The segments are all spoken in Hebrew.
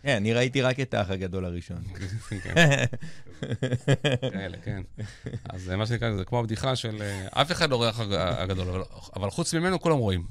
כן, אני ראיתי רק את האח הגדול הראשון. כאלה, כן. אז מה שנקרא, זה כמו הבדיחה של אף אחד לא רואה האח הגדול, אבל חוץ ממנו כולם רואים.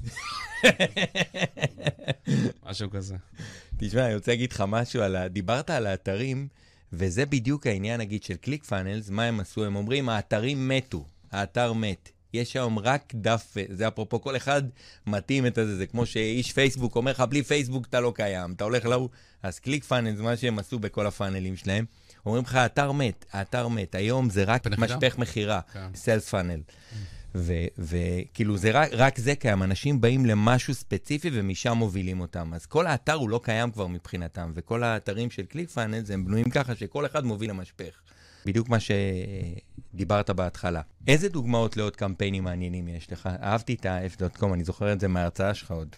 משהו כזה. תשמע, אני רוצה להגיד לך משהו דיברת על האתרים, וזה בדיוק העניין, נגיד, של קליק פאנלס, מה הם עשו? הם אומרים, האתרים מתו, האתר מת. יש היום רק דף, זה אפרופו, כל אחד מתאים את זה, זה כמו שאיש פייסבוק אומר לך, בלי פייסבוק אתה לא קיים, אתה הולך להוא, אז קליק פאנלס, מה שהם עשו בכל הפאנלים שלהם, אומרים לך, האתר מת, היום זה רק משפך מחירה, סיילס פאנל. וכאילו זה רק זה קיים, אנשים באים למשהו ספציפי ומשם מובילים אותם, אז כל האתר הוא לא קיים כבר מבחינתם, וכל האתרים של קליק פאנלס הם בנויים ככה שכל אחד מוביל למשפך. בדיוק מה שדיברת בהתחלה. איזה דוגמאות לעוד קמפיינים מעניינים יש לך? אהבתי את ה-F.com, אני זוכר את זה מההרצאה שלך עוד.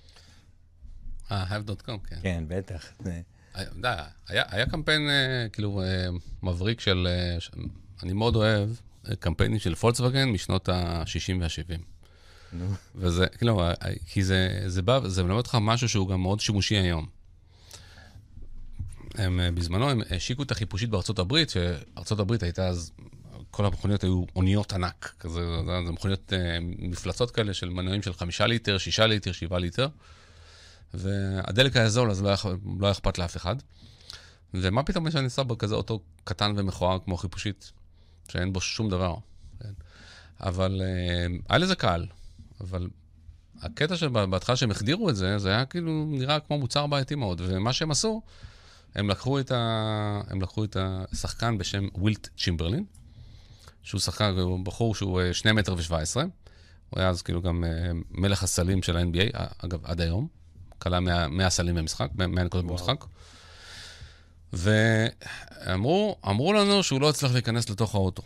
F.com, כן. כן, בטח. היה קמפיין כאילו מבריק של, אני מאוד אוהב, קמפיינים של פולקסווגן משנות ה-60 וה-70. וזה, כאילו, כי זה בא, זה מלמד אותך משהו שהוא גם מאוד שימושי היום. בזמנו הם השיקו את החיפושית בארצות הברית, שארצות הברית הייתה אז, כל המכוניות היו אוניות ענק, כזה, זה מכוניות מפלצות כאלה של מנועים של 5 ליטר, 6 ליטר, 7 ליטר, והדלק היה זול, אז לא היה אכפת לאף אחד. ומה פתאום שאני ניסה בכזה אוטו קטן ומכוער כמו חיפושית, שאין בו שום דבר. כן? אבל היה לזה קהל, אבל הקטע שבהתחלה שהם החדירו את זה, זה היה כאילו נראה כמו מוצר בעייתי מאוד, ומה שהם עשו, הם לקחו את השחקן בשם ווילט צ'ימברלין, שהוא שחקן, הוא בחור שהוא 2 מטר ו-17, הוא היה אז כאילו גם מלך הסלים של ה-NBA, אגב, עד היום, קלה 100 סלים במשחק, 100 נקודות במשחק, ואמרו לנו שהוא לא הצליח להיכנס לתוך האוטו.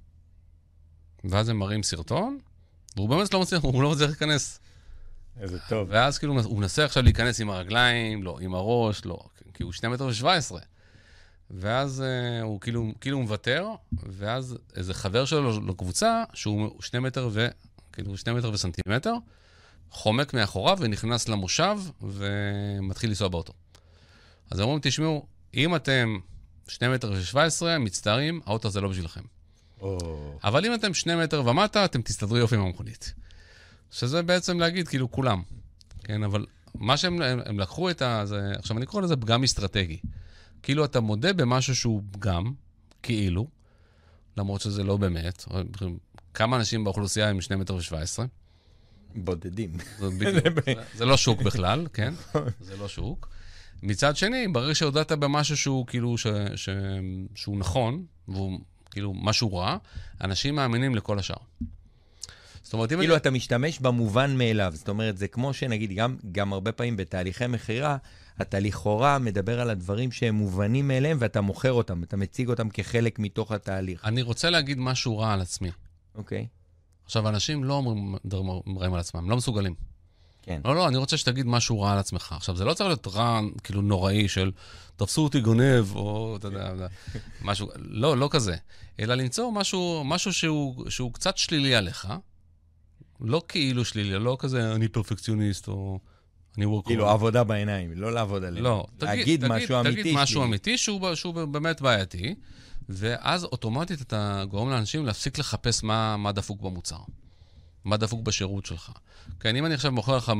ואז הם מראים סרטון, והוא באמת לא מצליח להיכנס. איזה טוב. ואז כאילו הוא מנסה עכשיו להיכנס עם הרגליים, לא, עם הראש, לא, כי הוא 2 מטר ו-17. ואז הוא כאילו מוותר, ואז איזה חבר שלו לקבוצה, שהוא 2 מטר וסנטימטר, חומק מאחוריו ונכנס למושב, ומתחיל לנסוע באוטו. אז אומרים, תשמעו, אם אתם 2 מטר ו-17, מצטערים, האוטו הזה לא בשבילכם. אבל אם אתם 2 מטר ומטה, אתם תסתדרו יופי עם המכונית. שזה בעצם להגיד, כאילו, כולם. כן, אבל מה שהם לקחו את זה, עכשיו אני קורא לזה פגם אסטרטגי. כאילו אתה מודה במשהו שהוא פגם, כאילו, למרות שזה לא באמת. כמה אנשים באוכלוסייה הם 2 מטר ו-17? בודדים. זה לא שוק בכלל, כן? זה לא שוק. מצד שני, ברגע שהודעת במשהו שהוא כאילו, שהוא נכון, והוא כאילו משהו רע, אנשים מאמינים לכל השאר. זאת אומרת, כאילו אתה משתמש במובן מאליו, זאת אומרת, זה כמו שנגיד, גם הרבה פעמים בתהליכי מחירה, אתה לכאורה מדבר על הדברים שהם מובנים מאליהם, ואתה מוכר אותם, אתה מציג אותם כחלק מתוך התהליך. אני רוצה להגיד משהו רע על עצמי. אוקיי. עכשיו, אנשים לא אומרים על עצמם, לא מסוגלים. כן. לא, אני רוצה שתגיד משהו רע על עצמך. עכשיו, זה לא צריך להיות רע, כאילו נוראי של, תפסו אותי גונב, או, אתה יודע, משהו, לא כזה. אלא למצוא משהו שהוא קצת שלילי עליך, לא כאילו שלילי, לא כזה, אני פרפקציוניסט, או אני וורקור. כאילו, עבודה בעיניים, לא לעבוד עליהם. לא, תגיד משהו אמיתי. תגיד משהו אמיתי שהוא באמת בעייתי, ואז אוטומטית אתה גורם לאנשים להפסיק לחפש מה דפוק במוצר. מה דפוק בשירות שלך. כן, אם אני עכשיו מוכר לך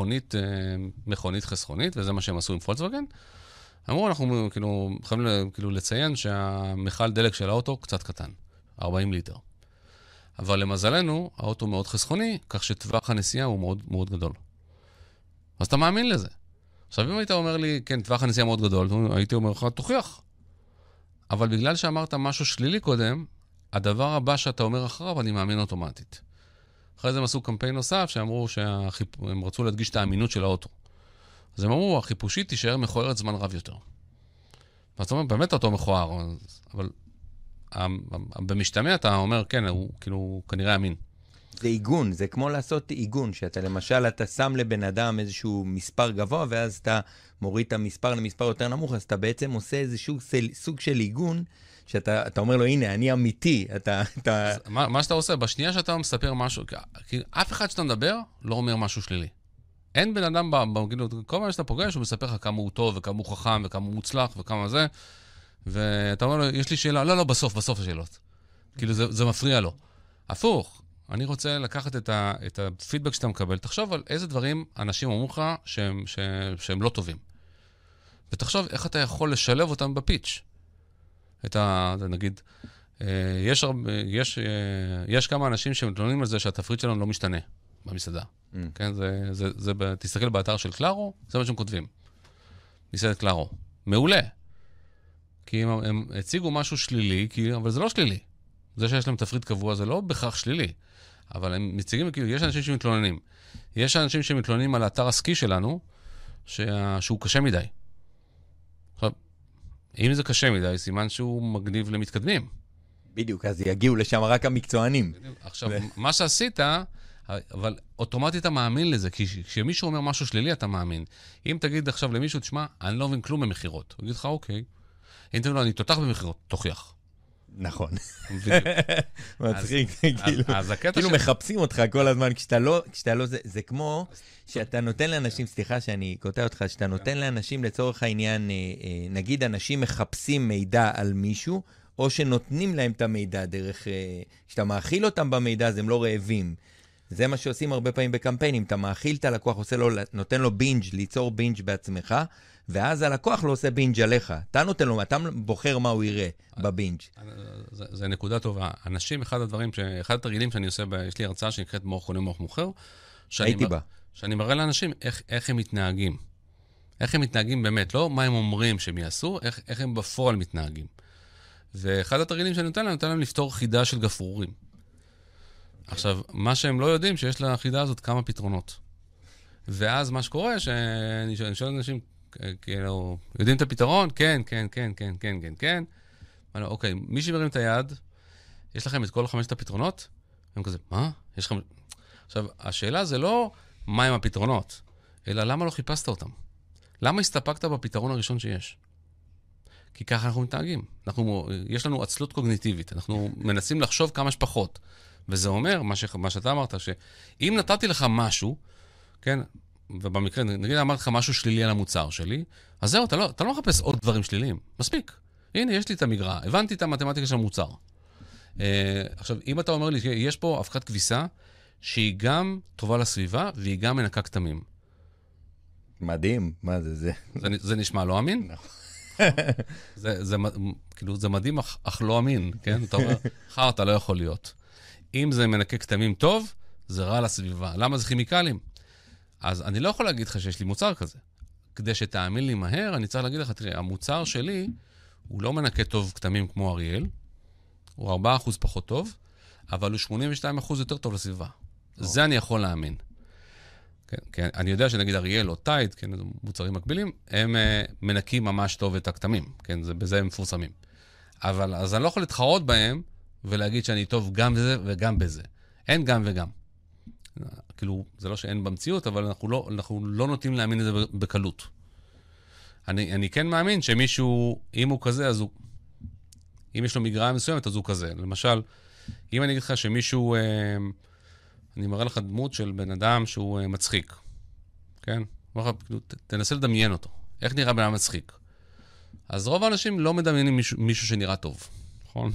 מכונית חסכונית, וזה מה שהם עשו עם פולקסווגן, אמרו, אנחנו חייבים לציין שהמכל דלק של האוטו קצת קטן, 40 ליטר. אבל למזלנו, האוטו מאוד חסכוני, כך שטווח הנסיעה הוא מאוד מאוד גדול. אז אתה מאמין לזה. עכשיו, אם היית אומר לי, כן, טווח הנסיעה מאוד גדול, הייתי אומר לך, תוכיח. אבל בגלל שאמרת משהו שלילי קודם, הדבר הבא שאתה אומר אחריו, אני מאמין אוטומטית. אחרי זה הם עשו קמפיין נוסף, שאמרו שהם רצו להדגיש את האמינות של האוטו. אז הם אמרו, החיפושית תישאר מכוערת זמן רב יותר. ואתה אומר, באמת אותו מכוער, אבל במשתמע אתה אומר, כן, הוא כאילו כנראה אמין. זה עיגון, זה כמו לעשות עיגון, שאתה למשל, אתה שם לבן אדם איזשהו מספר גבוה, ואז אתה מוריד את המספר למספר יותר נמוך, אז אתה בעצם עושה איזשהו סוג של עיגון, שאתה אומר לו, הנה, אני אמיתי. מה שאתה עושה, בשנייה שאתה מספר משהו, כי אף אחד שאתה מדבר לא אומר משהו שלילי. אין בן אדם, כל מה שאתה פוגש, הוא מספר לך כמה הוא טוב, וכמה הוא חכם, וכמה הוא מוצלח, וכמה זה, ואתה אומר לו, יש לי שאלה, לא, בסוף השאלות. כאילו, זה מפריע לו. הפוך, אני רוצה לקחת את הפידבק שאתה מקבל, תחשוב על איזה דברים אנשים אומרים לך שהם לא טובים. ותחשוב איך אתה יכול לשלב אותם בפיץ'. נגיד, יש כמה אנשים שמתלוננים על זה שהתפריט שלנו לא משתנה במסעדה. כן, תסתכל באתר של קלארו, זה מה שהם כותבים. מסעדת קלארו. מעולה. כי הם הציגו משהו שלילי, אבל זה לא שלילי. זה שיש להם תפריט קבוע זה לא בכך שלילי. אבל הם מציגים, כאילו, יש אנשים שמתלוננים. יש אנשים שמתלוננים על האתר הסקי שלנו, שהוא קשה מדי. עכשיו, אם זה קשה מדי, סימן שהוא מגניב למתקדמים. בדיוק, אז יגיעו לשם רק המקצוענים. עכשיו, מה שעשית, אבל אוטומטית אתה מאמין לזה, כי כשמישהו אומר משהו שלילי, אתה מאמין. אם תגיד עכשיו למישהו, תשמע, אני לא מבין כלום במחירות. הוא יגיד לך, אוקיי. אם תגיד לו, אני תותח במחירות, תוכיח. נכון. מצחיק, כאילו מחפשים אותך כל הזמן, כשאתה לא, זה כמו שאתה נותן לאנשים, סליחה שאני קוטע אותך, שאתה נותן לאנשים לצורך העניין, נגיד אנשים מחפשים מידע על מישהו, או שנותנים להם את המידע דרך, כשאתה מאכיל אותם במידע, אז הם לא רעבים. זה מה שעושים הרבה פעמים בקמפיינים, אתה מאכיל את הלקוח, נותן לו בינג', ליצור בינג' בעצמך, ואז הלקוח לא עושה בינג' עליך. אתה נותן לו, אתה בוחר מה הוא יראה בבינג'. זה נקודה טובה. אנשים, אחד התרגילים שאני עושה, יש לי הרצאה שנקראת מוח קונה מוח מוכר, הייתי בה. שאני מראה לאנשים איך הם מתנהגים. איך הם מתנהגים באמת, לא מה הם אומרים שהם יעשו, איך הם בפועל מתנהגים. ואחד התרגילים שאני נותן להם לפתור חידה של גפרורים. עכשיו, מה שהם לא יודעים, שיש לחידה הזאת כמה פתרונות. ואז מה שקורה, שאני שואל אנשים, כאילו, יודעים את הפתרון? כן. אוקיי, מי שמרים את היד, יש לכם את כל 5 הפתרונות? הם כזה, מה? יש לכם... עכשיו, השאלה זה לא מה הם הפתרונות, אלא למה לא חיפשת אותם? למה הסתפקת בפתרון הראשון שיש? כי ככה אנחנו מתנהגים. יש לנו עצלות קוגניטיבית, אנחנו מנסים לחשוב כמה שפחות. וזה אומר, מה שאתה אמרת, שאם נתתי לך משהו, כן, ובמקרה, נגיד אמרתי לך משהו שלילי על המוצר שלי, אז זהו, אתה לא מחפש עוד דברים שליליים. מספיק. הנה, יש לי את המגרע, הבנתי את המתמטיקה של המוצר. עכשיו, אם אתה אומר לי, יש פה אבקת כביסה, שהיא גם טובה לסביבה, והיא גם מנקה כתמים. מדהים, מה זה? זה נשמע לא אמין? זה מדהים, אך לא אמין, כן? אתה אומר, אתה לא יכול להיות. אם זה מנקה כתמים טוב, זה רע לסביבה. למה זה כימיקלים? אז אני לא יכול להגיד לך שיש לי מוצר כזה. כדי שתאמין לי מהר, אני צריך להגיד לך, תראה, המוצר שלי הוא לא מנקה טוב כתמים כמו אריאל, הוא 4% פחות טוב, אבל הוא 82% יותר טוב לסביבה. זה אני יכול להאמין. כן, אני יודע שנגיד אריאל או טייד, כן, מוצרים מקבילים, הם מנקים ממש טוב את הכתמים, כן, בזה הם מפורסמים. אבל אז אני לא יכול להתחרות בהם ולהגיד שאני טוב גם בזה וגם בזה. אין גם וגם. כאילו, זה לא שאין במציאות, אבל אנחנו לא נוטים להאמין את זה בקלות. אני כן מאמין שמישהו, אם הוא כזה, אז הוא... אם יש לו מגרעה מסוימת, אז הוא כזה. למשל, אם אני אגיד לך שמישהו... אני מראה לך דמות של בן אדם שהוא מצחיק. כן? תנסה לדמיין אותו. איך נראה בן אדם מצחיק? אז רוב האנשים לא מדמיינים מישהו שנראה טוב. נכון?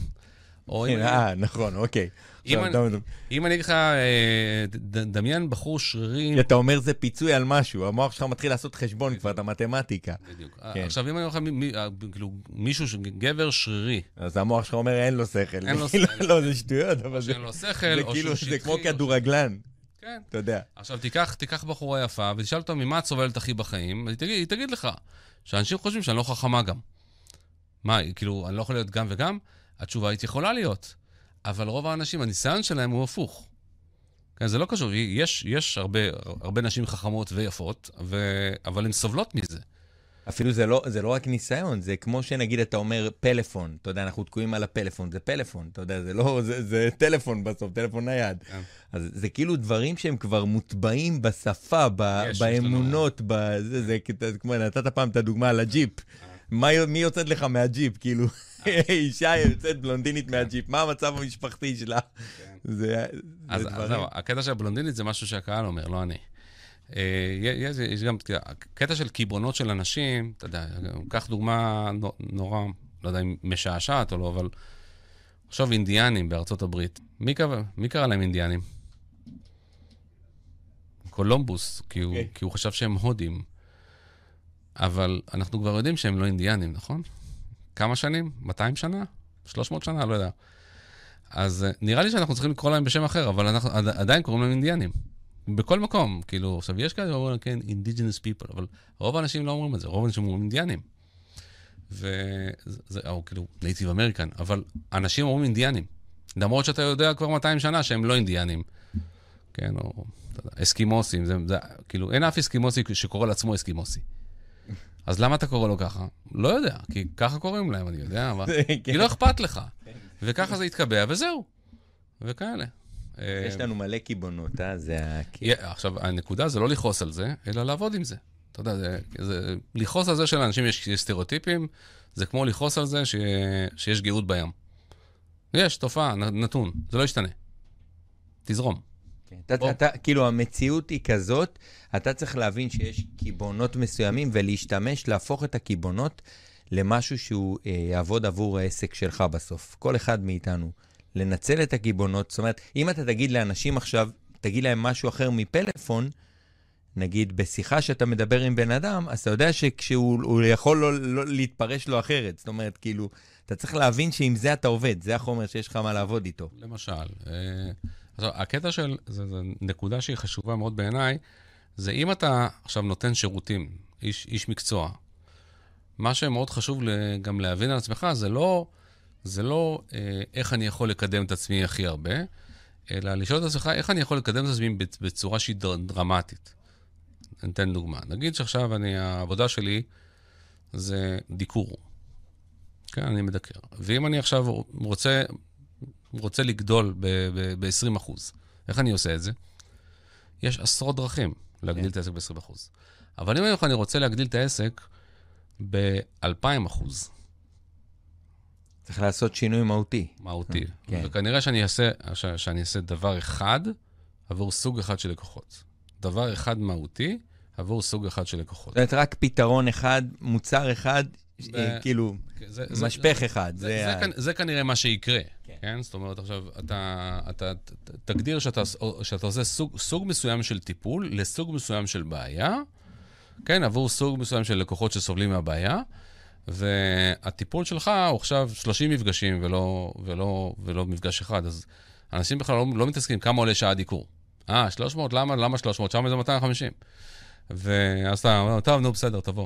נכון, אוקיי. אם אני אגיד לך, דמיין בחור שרירי... אתה אומר זה פיצוי על משהו, המוח שלך מתחיל לעשות חשבון כבר, את המתמטיקה. בדיוק. עכשיו, אם אני אומר לך, מישהו גבר שרירי... אז המוח שלך אומר, אין לו שכל. לא, זה שטויות, אבל זה... שאין לו שכל, או שהוא שטחי... זה כמו כדורגלן. כן. אתה יודע. עכשיו, תיקח בחורה יפה, ותשאל אותה ממה את סובלת הכי בחיים, היא תגיד לך, שאנשים חושבים שאני לא חכמה גם. מה, כאילו, אני לא יכול להיות גם וגם? התשובה היא יכולה להיות. אבל רוב האנשים, הניסיון שלהם הוא הפוך. כן, זה לא קשור. יש הרבה נשים חכמות ויפות, אבל הן סובלות מזה. אפילו זה לא רק ניסיון, זה כמו שנגיד אתה אומר פלאפון. אתה יודע, אנחנו תקועים על הפלאפון, זה פלאפון. אתה יודע, זה טלפון בסוף, טלפון נייד. אז זה כאילו דברים שהם כבר מוטבעים בשפה, באמונות, זה כמו, נתת פעם את הדוגמה על הג'יפ. מי יוצאת לך מהג'יפ, כאילו? אישה יוצאת בלונדינית מהג'יפ, מה המצב המשפחתי שלה? אז זהו, הקטע של הבלונדינית זה משהו שהקהל אומר, לא אני. יש גם קטע של קיבעונות של אנשים, אתה יודע, קח דוגמה נורא, לא יודע אם משעשעת או לא, אבל עכשיו אינדיאנים בארצות הברית. מי קרא להם אינדיאנים? קולומבוס, כי הוא חשב שהם הודים. אבל אנחנו כבר יודעים שהם לא אינדיאנים, נכון? כמה שנים? 200 שנה? 300 שנה? לא יודע. אז נראה לי שאנחנו צריכים לקרוא להם בשם אחר, אבל אנחנו עדיין קוראים להם אינדיאנים. בכל מקום, כאילו, עכשיו יש כאלה שאומרים, כן, indigenous people, אבל רוב האנשים לא אומרים את זה, רוב האנשים אומרים אינדיאנים. או כאילו, נייטיב אמריקן, אבל אנשים אומרים אינדיאנים. למרות שאתה יודע כבר 200 שנה שהם לא אינדיאנים. כן, או אסקימוסים, כאילו, אין אף אסקימוסי שקורא לעצמו אסקימוסי. אז למה אתה קורא לו ככה? לא יודע, כי ככה קוראים להם, אני יודע, אבל כי לא אכפת לך. וככה זה יתקבע, וזהו. וכאלה. יש לנו מלא קיבונות, זה עכשיו, הנקודה זה לא לכעוס על זה, אלא לעבוד עם זה. אתה יודע, לכעוס על זה שלאנשים יש סטריאוטיפים, זה כמו לכעוס על זה שיש גאות בים. יש, תופעה, נתון, זה לא ישתנה. תזרום. כאילו, המציאות היא כזאת, אתה צריך להבין שיש קיבונות מסוימים, ולהשתמש, להפוך את הקיבונות למשהו שהוא יעבוד עבור העסק שלך בסוף. כל אחד מאיתנו. לנצל את הקיבונות, זאת אומרת, אם אתה תגיד לאנשים עכשיו, תגיד להם משהו אחר מפלאפון, נגיד בשיחה שאתה מדבר עם בן אדם, אז אתה יודע שכשהוא יכול לא להתפרש לו אחרת. זאת אומרת, כאילו, אתה צריך להבין שעם זה אתה עובד, זה החומר שיש לך מה לעבוד איתו. למשל, אז הקטע של, זו נקודה שהיא חשובה מאוד בעיניי, זה אם אתה עכשיו נותן שירותים, איש מקצוע, מה שמאוד חשוב גם להבין על עצמך, זה לא איך אני יכול לקדם את עצמי הכי הרבה, אלא לשאול את עצמך איך אני יכול לקדם את עצמי בצורה שהיא דרמטית. אני אתן דוגמה. נגיד שעכשיו העבודה שלי זה דיקור. כן, אני מדקר. ואם אני עכשיו רוצה לגדול ב-20%, איך אני עושה את זה? יש עשרות דרכים להגדיל את העסק ב-20%. אבל אם אני רוצה להגדיל את העסק ב-2,000%, צריך לעשות שינוי מהותי. מהותי. וכנראה שאני אעשה דבר אחד עבור סוג אחד של לקוחות. דבר אחד מהותי עבור סוג אחד של לקוחות. זאת אומרת, רק פתרון אחד, מוצר אחד, כאילו, משפך אחד. זה כנראה מה שיקרה. כן? זאת אומרת, עכשיו, אתה תגדיר שאתה עושה סוג מסוים של טיפול לסוג מסוים של בעיה, כן? עבור סוג מסוים של לקוחות שסובלים מהבעיה, והטיפול שלך הוא עכשיו 30 מפגשים ולא מפגש אחד, אז אנשים בכלל לא מתעסקים כמה עולה שעה דיקור. 300, למה 300? שם זה 250. ואז אתה אומר, טוב, נו, בסדר, תבוא.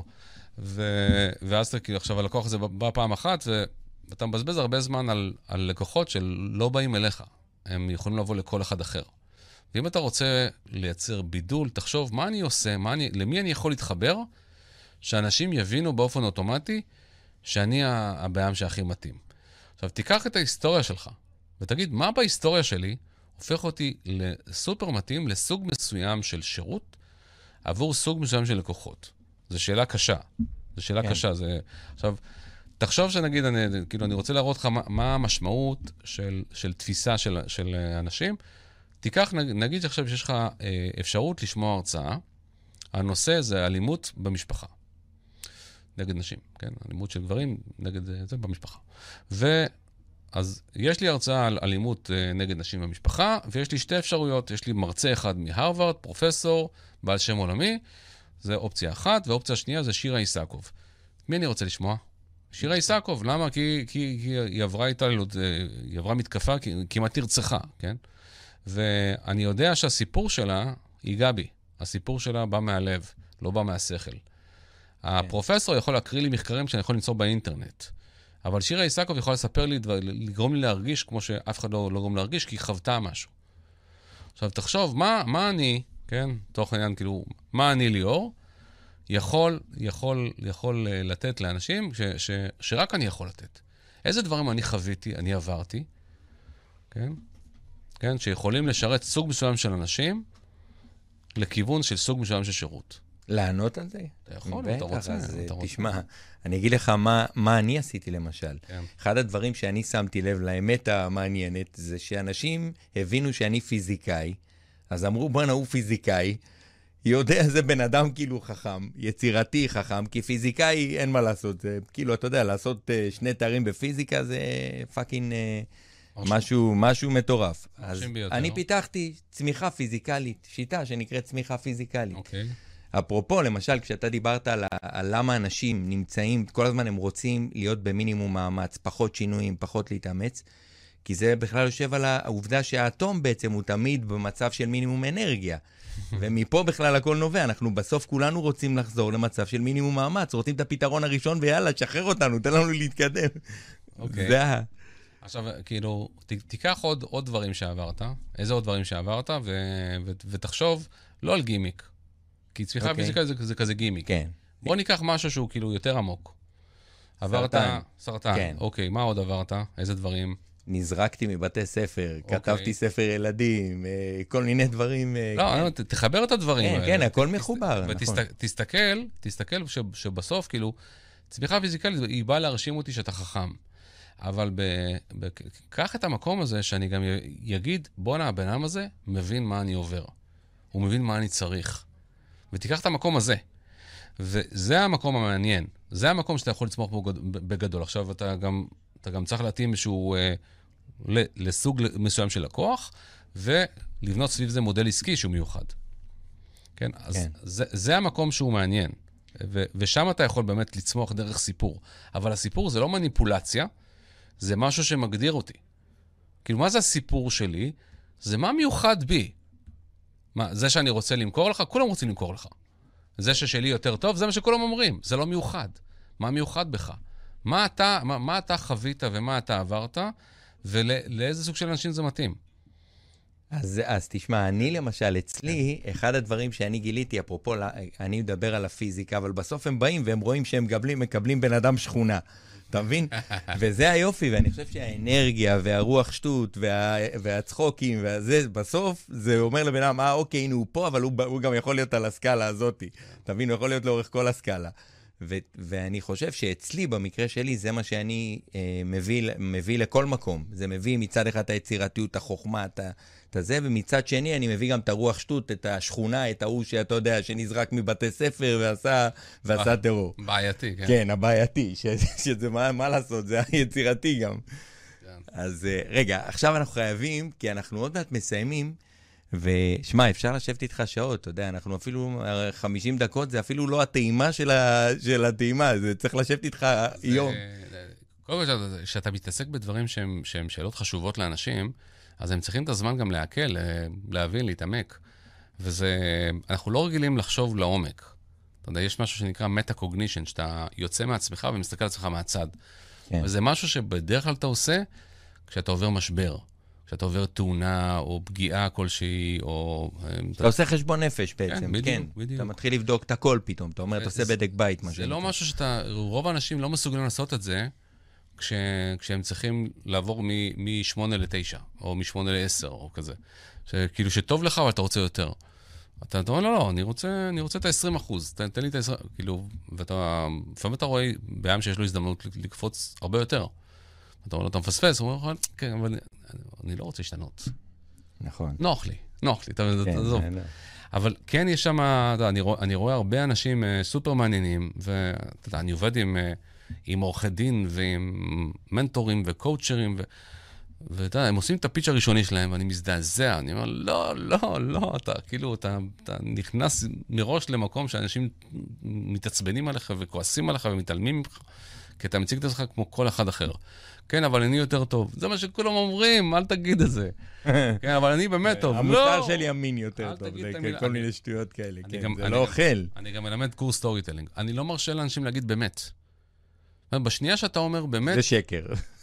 ואז עכשיו הלקוח הזה בא פעם אחת, ואתה מבזבז הרבה זמן על לקוחות שלא באים אליך. הם יכולים לבוא לכל אחד אחר. ואם אתה רוצה לייצר בידול, תחשוב מה אני עושה, למי אני יכול להתחבר, שאנשים יבינו באופן אוטומטי שאני הבעיה שהכי מתאים. עכשיו, תיקח את ההיסטוריה שלך, ותגיד, מה בהיסטוריה שלי הופך אותי לסופר מתאים לסוג מסוים של שירות, עבור סוג מסוים של לקוחות. זו שאלה קשה. זו שאלה קשה. עכשיו, תחשוב שנגיד, אני רוצה להראות לך מה המשמעות של תפיסה של אנשים. תיקח, נגיד שעכשיו שיש לך אפשרות לשמוע הרצאה, הנושא זה אלימות במשפחה. נגד נשים, כן? אלימות של גברים נגד זה במשפחה. אז יש לי הרצאה על אלימות נגד נשים במשפחה, ויש לי שתי אפשרויות. יש לי מרצה אחד מהרווארד, פרופסור, בעל שם עולמי, זה אופציה אחת, ואופציה שנייה זה שירה איסקוב. מי אני רוצה לשמוע? שירה איסקוב, למה? כי היא עברה התעללות, היא עברה מתקפה, כמעט תרצחה, כן? ואני יודע שהסיפור שלה ייגע בי. הסיפור שלה בא מהלב, לא בא מהשכל. הפרופסור יכול להקריא לי מחקרים שאני יכול למצוא באינטרנט. אבל שירה איסקוב יכול לספר לי, לגרום לי להרגיש כמו שאף אחד לא גורם להרגיש, כי היא חוותה משהו. עכשיו, תחשוב, מה אני, כן, תוך העניין, כאילו, מה אני ליאור, יכול לתת לאנשים שרק אני יכול לתת. איזה דברים אני חוויתי, אני עברתי, כן, שיכולים לשרת סוג מסוים של אנשים, לכיוון של סוג מסוים של שירות. לענות על זה? אתה יכול, אתה רוצה. תשמע, אני אגיד לך מה אני עשיתי למשל. אחד הדברים שאני שמתי לב לאמת המעניינת, זה שאנשים הבינו שאני פיזיקאי, אז אמרו, בוא הוא פיזיקאי, יודע זה בן אדם כאילו חכם, יצירתי חכם, כי פיזיקאי אין מה לעשות, זה כאילו, אתה יודע, לעשות 2 תארים בפיזיקה זה פאקינג משהו מטורף. אז אני פיתחתי צמיחה פיזיקלית, שיטה שנקראת צמיחה פיזיקלית. אוקיי. אפרופו, למשל, כשאתה דיברת על למה אנשים נמצאים, כל הזמן הם רוצים להיות במינימום מאמץ, פחות שינויים, פחות להתאמץ, כי זה בכלל יושב על העובדה שהאטום בעצם הוא תמיד במצב של מינימום אנרגיה. ומפה בכלל הכל נובע, אנחנו בסוף כולנו רוצים לחזור למצב של מינימום מאמץ, רוצים את הפתרון הראשון ויאללה, תשחרר אותנו, תן לנו להתקדם. אוקיי. עכשיו, כאילו, תיקח עוד דברים שעברת, איזה עוד דברים שעברת, ותחשוב לא על גימיק. כי צמיחה פיזיקלית זה כזה גימיק. כן. בוא ניקח משהו שהוא כאילו יותר עמוק. עברת סרטן. כן. אוקיי, מה עוד עברת? איזה דברים? נזרקתי מבתי ספר, כתבתי ספר ילדים, כל מיני דברים. לא, תחבר את הדברים האלה. כן, הכל מחובר, נכון. ותסתכל שבסוף, כאילו, צמיחה פיזיקלית היא באה להרשים אותי שאתה חכם. אבל קח את המקום הזה שאני גם יגיד, בוא'נה, הבן אדם הזה מבין מה אני עובר. הוא מבין מה אני צריך. ותיקח את המקום הזה. וזה המקום המעניין. זה המקום שאתה יכול לצמוח בו בגדול. עכשיו אתה גם צריך להתאים שהוא לסוג מסוים של לקוח, ולבנות סביב זה מודל עסקי שהוא מיוחד. כן? אז כן. זה המקום שהוא מעניין. ושם אתה יכול באמת לצמוח דרך סיפור. אבל הסיפור זה לא מניפולציה, זה משהו שמגדיר אותי. כאילו, מה זה הסיפור שלי? זה מה מיוחד בי. מה, זה שאני רוצה למכור לך? כולם רוצים למכור לך. זה ששלי יותר טוב, זה מה שכולם אומרים. זה לא מיוחד. מה מיוחד בך? מה אתה חווית ומה אתה עברת, ולאיזה סוג של אנשים זה מתאים? אז תשמע, אני למשל, אצלי, אחד הדברים שאני גיליתי, אפרופו, אני מדבר על הפיזיקה, אבל בסוף הם באים והם רואים שהם מקבלים בן אדם שכונה. אתה מבין? וזה היופי, ואני חושב שהאנרגיה והרוח שטות והצחוקים והזה, בסוף זה אומר לבן אדם, אוקיי, הנה הוא פה, אבל הוא גם יכול להיות על הסקאלה הזאת. אתה מבין? הוא יכול להיות לאורך כל הסקאלה. ואני חושב שאצלי, במקרה שלי, זה מה שאני מביא לכל מקום. זה מביא מצד אחד את היצירתיות, החוכמה, את זה, ומצד שני אני מביא גם את הרוח שטות, את השכונה, את ההוא שאתה יודע, שנזרק מבתי ספר ועשה טרור. בעייתי, כן. כן, הבעייתי, שזה מה לעשות, זה היצירתי גם. אז רגע, עכשיו אנחנו חייבים, כי אנחנו עוד מעט מסיימים, ושמע, אפשר לשבת איתך שעות, אתה יודע, אנחנו אפילו 50 דקות, זה אפילו לא הטעימה של הטעימה, זה צריך לשבת איתך יום. קודם כל, כשאתה מתעסק בדברים שהם שאלות חשובות לאנשים, אז הם צריכים את הזמן גם להקל, להבין, להתעמק. אנחנו לא רגילים לחשוב לעומק. אתה יודע, יש משהו שנקרא מטה-קוגנישן, שאתה יוצא מעצמך ומסתכל על עצמך מהצד. כן. וזה משהו שבדרך כלל אתה עושה כשאתה עובר משבר. כשאתה עובר תאונה או פגיעה כלשהי, או... אתה עושה חשבון נפש בעצם, כן, בדיוק, בדיוק. אתה מתחיל לבדוק את הכל פתאום, אתה אומר, אתה עושה בדק בית. זה לא משהו רוב האנשים לא מסוגלים לעשות את זה, כשהם צריכים לעבור מ-8 ל-9, או מ-8 ל-10, או כזה. כאילו שטוב לך, אבל אתה רוצה יותר. אתה אומר, לא, אני רוצה את ה-20%, תן לי את ה-20%, כאילו, לפעמים אתה רואה בעם שיש לו הזדמנות לקפוץ הרבה יותר. אתה אומר לו, אתה מפספס, הוא אומר, כן, אבל אני לא רוצה להשתנות. נכון. נוח לי, תעזוב. אבל כן יש שם, אני רואה הרבה אנשים סופר מעניינים, ואתה יודע, אני עובד עם עורכי דין ועם מנטורים וקואוצ'רים, ואתה יודע, הם עושים את הפיץ' הראשוני שלהם, ואני מזדעזע, אני אומר, לא, אתה נכנס מראש למקום שאנשים מתעצבנים עליך וכועסים עליך ומתעלמים ממך, כי אתה מציג את עצמך כמו כל אחד אחר. כן, אבל אני יותר טוב. זה מה שכולם אומרים, אל תגיד את זה. כן, אבל אני באמת טוב. המוצר שלי ימין יותר טוב, כל מיני שטויות כאלה. זה לא אוכל. אני גם מלמד קורס סטורי טלינג. אני לא מרשה לאנשים להגיד באמת. בשנייה שאתה אומר באמת... זה שקר.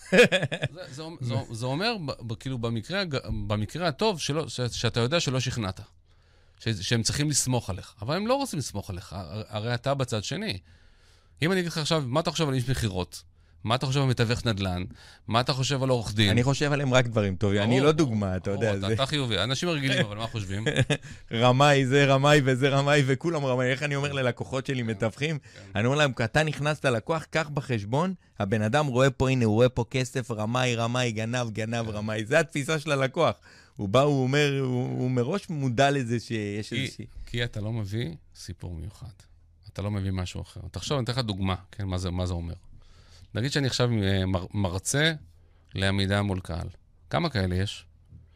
זה אומר, כאילו, במקרה הטוב, שאתה יודע שלא שכנעת. שהם צריכים לסמוך עליך. אבל הם לא רוצים לסמוך עליך. הרי אתה בצד שני. אם אני אגיד לך עכשיו, מה אתה חושב על איש מחירות? מה אתה חושב על מתווך נדל"ן? מה אתה חושב על עורך דין? אני חושב עליהם רק דברים טובים. אני לא דוגמה, אתה יודע. אתה חיובי. אנשים רגילים, אבל מה חושבים? רמאי, זה רמאי וזה רמאי, וכולם רמאי. איך אני אומר ללקוחות שלי, מתווכים? אני אומר להם, אתה נכנסת ללקוח, קח בחשבון, הבן אדם רואה פה, הנה, הוא רואה פה כסף, רמאי, גנב, רמאי. זה התפיסה של הלקוח. הוא בא, הוא אומר, הוא מראש מודע לזה שיש איזושהי... כי אתה לא מביא סיפור מיוחד. אתה לא מביא משהו אחר. תחשוב, אני אתן לך דוגמה, כן, מה זה אומר. נגיד שאני עכשיו מרצה לעמידה מול קהל. כמה כאלה יש?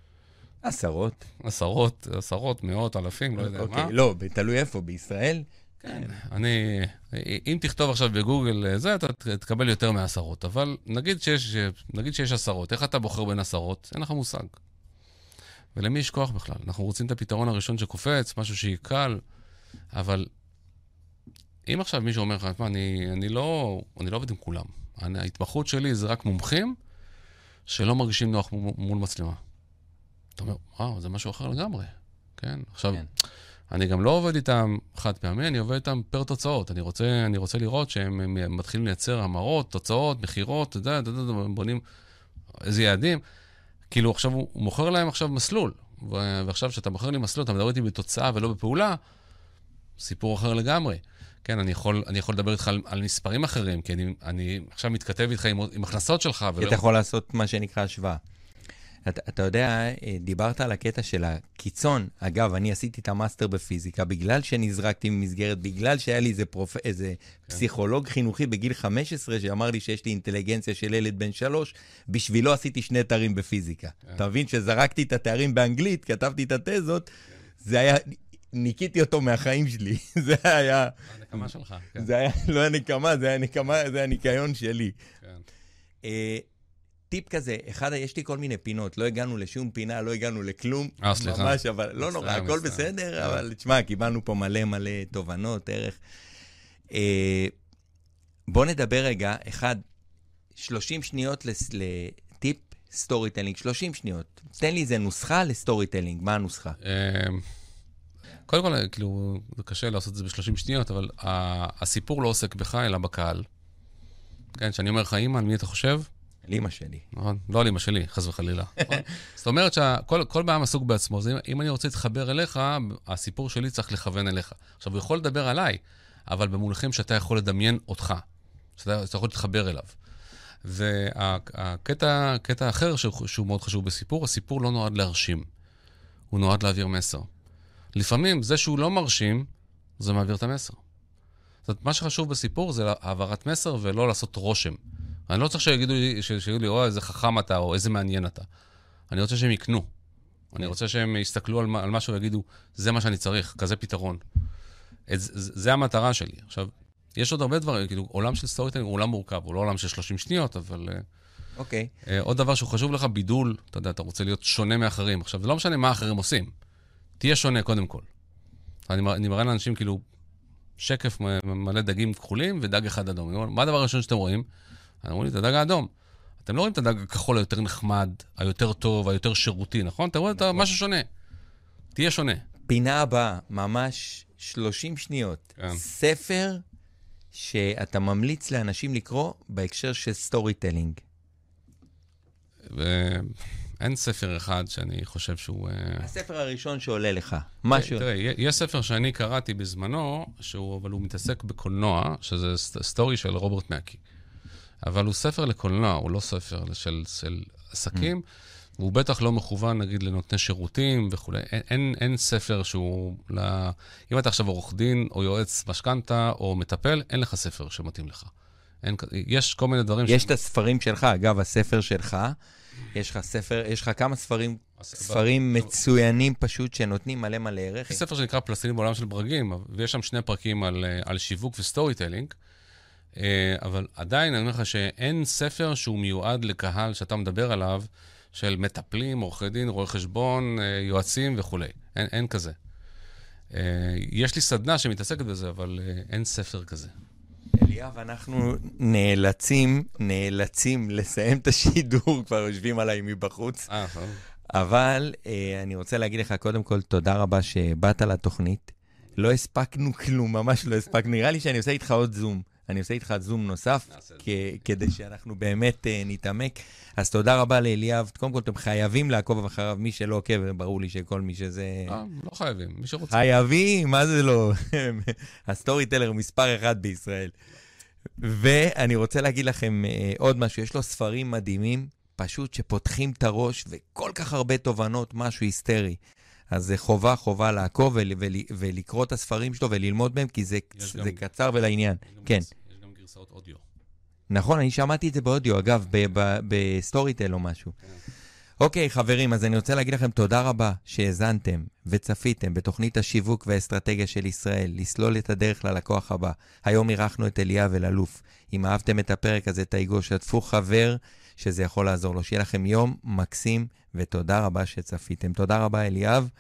עשרות, מאות, אלפים, לא יודע מה. לא, תלוי איפה, בישראל? כן. אם תכתוב עכשיו בגוגל זה, אתה תקבל יותר מעשרות, אבל נגיד שיש עשרות. איך אתה בוחר בין עשרות? אין לך מושג. ולמי יש כוח בכלל? אנחנו רוצים את הפתרון הראשון שקופץ, משהו שהיא קל, אבל אם עכשיו מישהו אומר לך, אני לא עובד עם כולם. ההתמחות שלי זה רק מומחים שלא מרגישים נוח מול מצלמה. אתה אומר, וואו, זה משהו אחר לגמרי. כן? עכשיו, אני גם לא עובד איתם חד פעמי, אני עובד איתם פר תוצאות. אני רוצה לראות שהם מתחילים לייצר המרות, תוצאות, מחירות, בונים איזה יעדים. כאילו, עכשיו הוא מוכר להם עכשיו מסלול. ועכשיו שאתה מוכר לי מסלול, אתה מדבר איתי בתוצאה ולא בפעולה, סיפור אחר לגמרי. כן, אני יכול לדבר איתך על מספרים אחרים, כי אני עכשיו מתכתב איתך עם הכנסות שלך. כי אתה יכול לעשות מה שנקרא השוואה. אתה יודע, דיברת על הקטע של הקיצון. אגב, אני עשיתי את המאסטר בפיזיקה, בגלל שנזרקתי ממסגרת, בגלל שהיה לי איזה פסיכולוג חינוכי בגיל 15, שאמר לי שיש לי אינטליגנציה של ילד בן 3, בשבילו עשיתי 2 תארים בפיזיקה. אתה מבין שזרקתי את התארים באנגלית, כתבתי את התזות, זה היה... ניקיתי אותו מהחיים שלי. זה היה... הנקמה שלך. זה היה לא הנקמה, זה היה הניקיון שלי. טיפ כזה, יש לי כל מיני פינות, לא הגענו לשום פינה, לא הגענו לכלום. סליחה. ממש, אבל לא נורא, הכל בסדר, אבל תשמע, קיבלנו פה מלא תובנות, ערך. בוא נדבר רגע, 30 שניות לטיפ סטורי טלינג, 30 שניות. תן לי איזה נוסחה לסטורי טלינג, מה הנוסחה? קודם כל, כאילו, זה קשה לעשות את זה ב-30 שניות, אבל הסיפור לא עוסק בך, אלא בקהל. כן, שאני אומר לך, אמא, על מי אתה חושב? על אמא שלי. נכון, לא על אמא שלי, חס וחלילה. זאת אומרת שכל בעם עסוק בעצמו, אז אם אני רוצה להתחבר אליך, הסיפור שלי צריך לכוון אליך. עכשיו, הוא יכול לדבר עליי, אבל במונחים שאתה יכול לדמיין אותך, שאתה יכול להתחבר אליו. והקטע אחר שהוא מאוד חשוב בסיפור, הסיפור לא נועד להרשים, הוא נועד להעביר מסר. לפעמים זה שהוא לא מרשים, זה מעביר את המסר. זאת אומרת, מה שחשוב בסיפור זה העברת מסר ולא לעשות רושם. אני לא צריך שיגידו לי, או איזה חכם אתה, או איזה מעניין אתה. אני רוצה שהם יקנו. אני רוצה שהם יסתכלו על משהו ויגידו, זה מה שאני צריך, כזה פתרון. זה המטרה שלי. עכשיו, יש עוד הרבה דברים, כאילו, עולם של סטוריטלינג הוא עולם מורכב, הוא לא עולם של 30 שניות, אבל... אוקיי. עוד דבר שהוא חשוב לך, בידול, אתה יודע, אתה רוצה להיות שונה מאחרים. עכשיו, זה לא משנה מה אחרים עושים. תהיה שונה קודם כל. אני מראה לאנשים כאילו שקף מלא דגים כחולים ודג אחד אדום. מה הדבר הראשון שאתם רואים? אני אומר לי, את הדג האדום. אתם לא רואים את הדג הכחול היותר נחמד, היותר טוב, היותר שירותי, נכון? אתם רואים את משהו שונה. תהיה שונה. פינה הבאה, ממש 30 שניות. כן. ספר שאתה ממליץ לאנשים לקרוא בהקשר של סטורי טלינג. אין ספר אחד שאני חושב שהוא... הספר הראשון שעולה לך. משהו. תראה, יש ספר שאני קראתי בזמנו, אבל הוא מתעסק בקולנוע, שזה סטורי של רוברט מקי. אבל הוא ספר לקולנוע, הוא לא ספר של עסקים, והוא בטח לא מכוון, נגיד, לנותני שירותים וכו'. אין ספר שהוא... אם אתה עכשיו עורך דין, או יועץ משכנתה, או מטפל, אין לך ספר שמתאים לך. יש כל מיני דברים... יש את הספרים שלך, אגב, הספר שלך, יש לך כמה ספרים מצוינים פשוט, שנותנים מלא ערך. יש ספר שנקרא פלסטינים בעולם של ברגים, ויש שם 2 פרקים על שיווק וסטורי טלינג, אבל עדיין אני אומר לך שאין ספר שהוא מיועד לקהל שאתה מדבר עליו, של מטפלים, עורכי דין, רואי חשבון, יועצים וכו'. אין כזה. יש לי סדנה שמתעסקת בזה, אבל אין ספר כזה. אליאב, אנחנו נאלצים לסיים את השידור, כבר יושבים עליי מבחוץ. אבל אני רוצה להגיד לך, קודם כל, תודה רבה שבאת לתוכנית. לא הספקנו כלום, ממש לא הספקנו. נראה לי שאני עושה איתך עוד זום. אני עושה איתך זום נוסף, כדי שאנחנו באמת נתעמק. אז תודה רבה לאליאב. קודם כל, אתם חייבים לעקוב אחריו. מי שלא עוקב, ברור לי שכל מי שזה... לא חייבים, מי שרוצה. חייבים, מה זה לא? הסטורי טלר מספר 1 בישראל. ואני רוצה להגיד לכם עוד משהו. יש לו ספרים מדהימים. פשוט שפותחים את הראש, וכל כך הרבה תובנות, משהו היסטרי. אז זה חובה לעקוב ולקרוא את הספרים שלו וללמוד מהם, כי זה קצר ולעניין. כן. יש גם גרסאות אודיו. נכון, אני שמעתי את זה באודיו, אגב, בסטוריטל או משהו. אוקיי, חברים, אז אני רוצה להגיד לכם תודה רבה שהזנתם וצפיתם בתוכנית השיווק והאסטרטגיה של ישראל, לסלול את הדרך ללקוח הבא. היום אירחנו את אליאב אלאלוף. אם אהבתם את הפרק הזה, תייגו, שתפו חבר שזה יכול לעזור לו. שיהיה לכם יום מקסים, ותודה רבה שצפיתם. תודה רבה, אליאב.